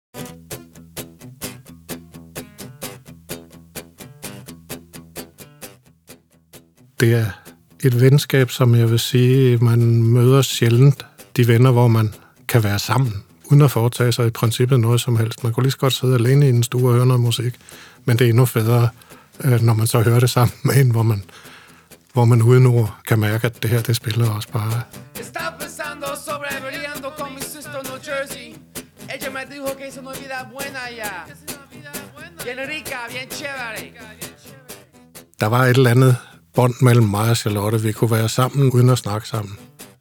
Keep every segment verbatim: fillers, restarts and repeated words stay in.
Det er et venskab, som jeg vil sige, man møder sjældent de venner, hvor man kan være sammen, uden at foretage sig i princippet noget som helst. Man kunne lige så godt sidde alene i en stue og høre noget musik, men det er endnu federe, når man så hører det sammen med en, hvor man, hvor man uden ord kan mærke, at det her, det spiller også bare. Der var et eller andet bånd mellem mig og Charlotte. Vi kunne være sammen, uden at snakke sammen.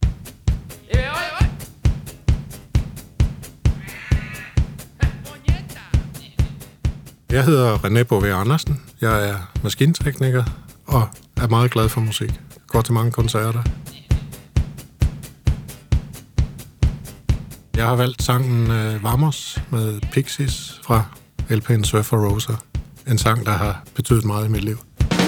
Jeg hedder René Bové Andersen. Jeg er maskintekniker og er meget glad for musik. Går til mange koncerter. Jeg har valgt sangen Vamos med Pixies fra L P'en Surfer Rosa. En sang, der har betydet meget i mit liv.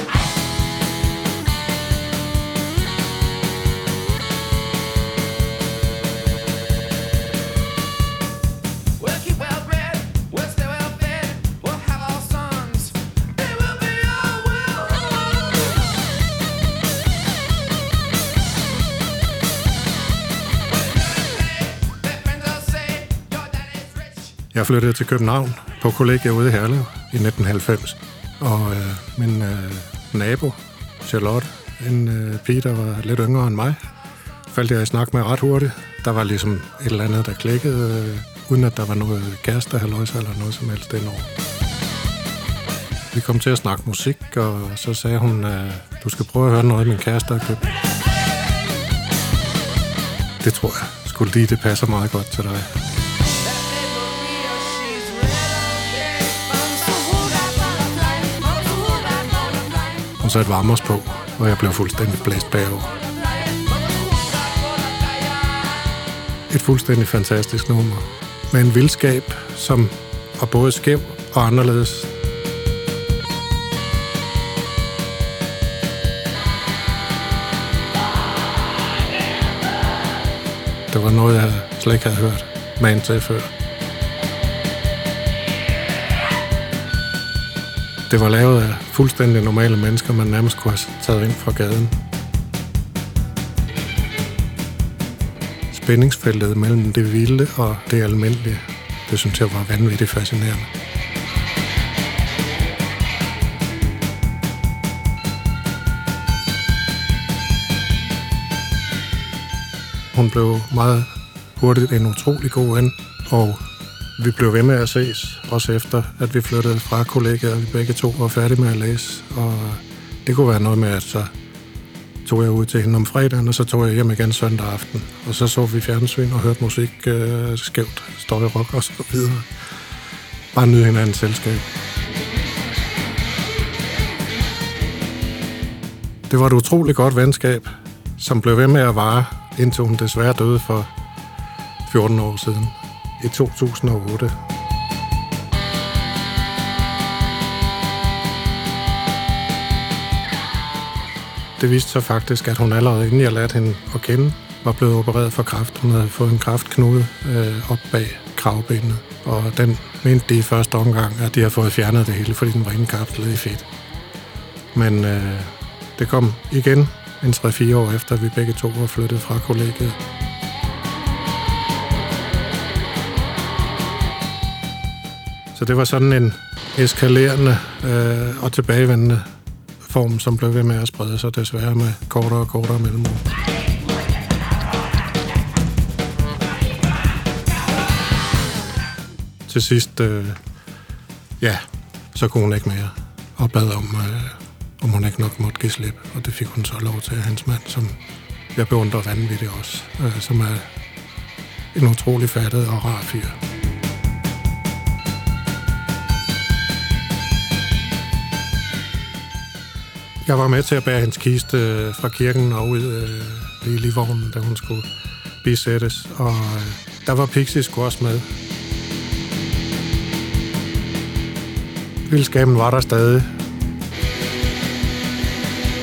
Jeg flyttede til København på kollegiet ude i Herlev i nitten halvfems, og øh, min øh, nabo, Charlotte, en øh, pige, der var lidt yngre end mig, faldt jeg i snak med ret hurtigt. Der var ligesom et eller andet, der klikkede, øh, uden at der var noget kæreste, halløjse eller noget som helst indover. Vi kom til at snakke musik, og så sagde hun, øh, du skal prøve at høre noget, min kæreste har købt. Det tror jeg skulle lige, det passer meget godt til dig. Hun satte Vamos på, og jeg blev fuldstændig blæst bagover. Et fuldstændig fantastisk nummer, med en vildskab, som var både skæv og anderledes. Det var noget, jeg slet ikke havde hørt magen til før. Det var lavet af fuldstændig normale mennesker, man nærmest kunne have taget ind fra gaden. Spændingsfeltet mellem det vilde og det almindelige, det synes jeg var vanvittigt fascinerende. Hun blev meget hurtigt en utrolig god ven, og vi blev ved med at ses, også efter, at vi flyttede fra kollegiet, og vi begge to var færdige med at læse. Og det kunne være noget med, at så tog jeg ud til hende om fredagen, og så tog jeg hjem igen søndag aften. Og så så vi fjernsyn og hørte musik, øh, skævt, støjrock og så videre. Bare nyde hinandens selskab. Det var et utroligt godt venskab, som blev ved med at vare, indtil hun desværre døde for fjorten år siden. I to tusind og otte. Det viste sig faktisk, at hun allerede inden jeg lærte hende at kende, var blevet opereret for kræft. Hun havde fået en kræftknude øh, op bag kravbenet, og den mente de i første omgang, at de havde fået fjernet det hele, fordi den var indkapslet i fedt. Men øh, det kom igen en tre fire år efter, at vi begge to var flyttet fra kollegiet. Så det var sådan en eskalerende øh, og tilbagevendende form, som blev ved med at sprede sig desværre med kortere og kortere mellemrum. Til sidst, øh, ja, så kunne hun ikke mere og bad om, øh, om hun ikke nok måtte give slip, og det fik hun så lov til af hans mand, som jeg beundrer vanvittigt også, øh, som er en utrolig fattet og rar fyr. Jeg var med til at bære hendes kiste fra kirken og ud øh, i livvognen, da hun skulle bisættes, og øh, der var Pixies sgu også med. Vildskaben var der stadig.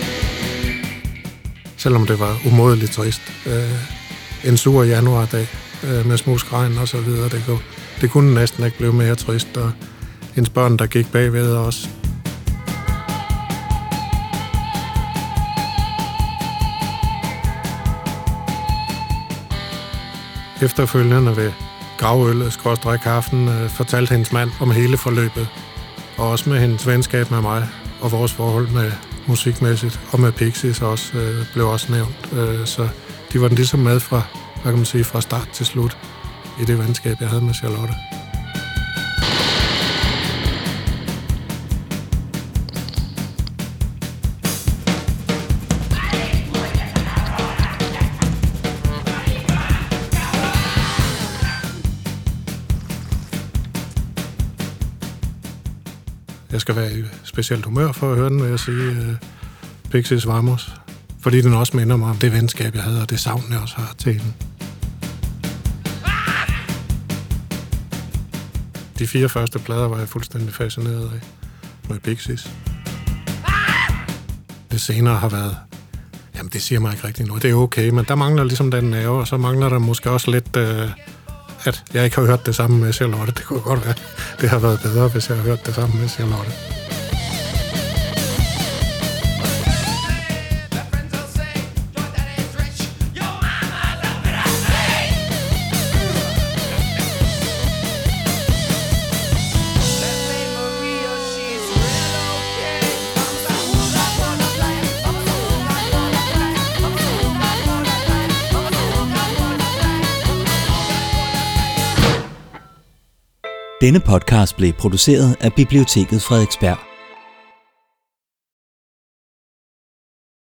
Selvom det var umådeligt trist. Øh, en sur januardag øh, med smusregn og så videre. Det kunne, det kunne næsten ikke blive mere trist, og hendes børn, der gik bagved også. Efterfølgende ved gravøllet, skråstreg kaffen, øh, fortalte hendes mand om hele forløbet, og også med hendes venskab med mig, og vores forhold med musikmæssigt, og med Pixies også, øh, blev også nævnt. Øh, så de var ligesom med fra, hvad kan man sige, fra start til slut i det venskab, jeg havde med Charlotte. Jeg skal være i specielt humør for at høre den, vil jeg sige, uh, Pixies Vamos. Fordi den også minder mig om det venskab, jeg havde, og det savn, jeg også har til den. De fire første plader var jeg fuldstændig fascineret af med Pixies. Det senere har været, jamen det siger mig ikke rigtig noget, det er okay, men der mangler ligesom den nerve, og så mangler der måske også lidt, uh, at jeg ikke har hørt det samme med Charlotte. Det kunne godt være, det har været bedre, hvis jeg har hørt det samme med Charlotte. Denne podcast blev produceret af Biblioteket Frederiksberg.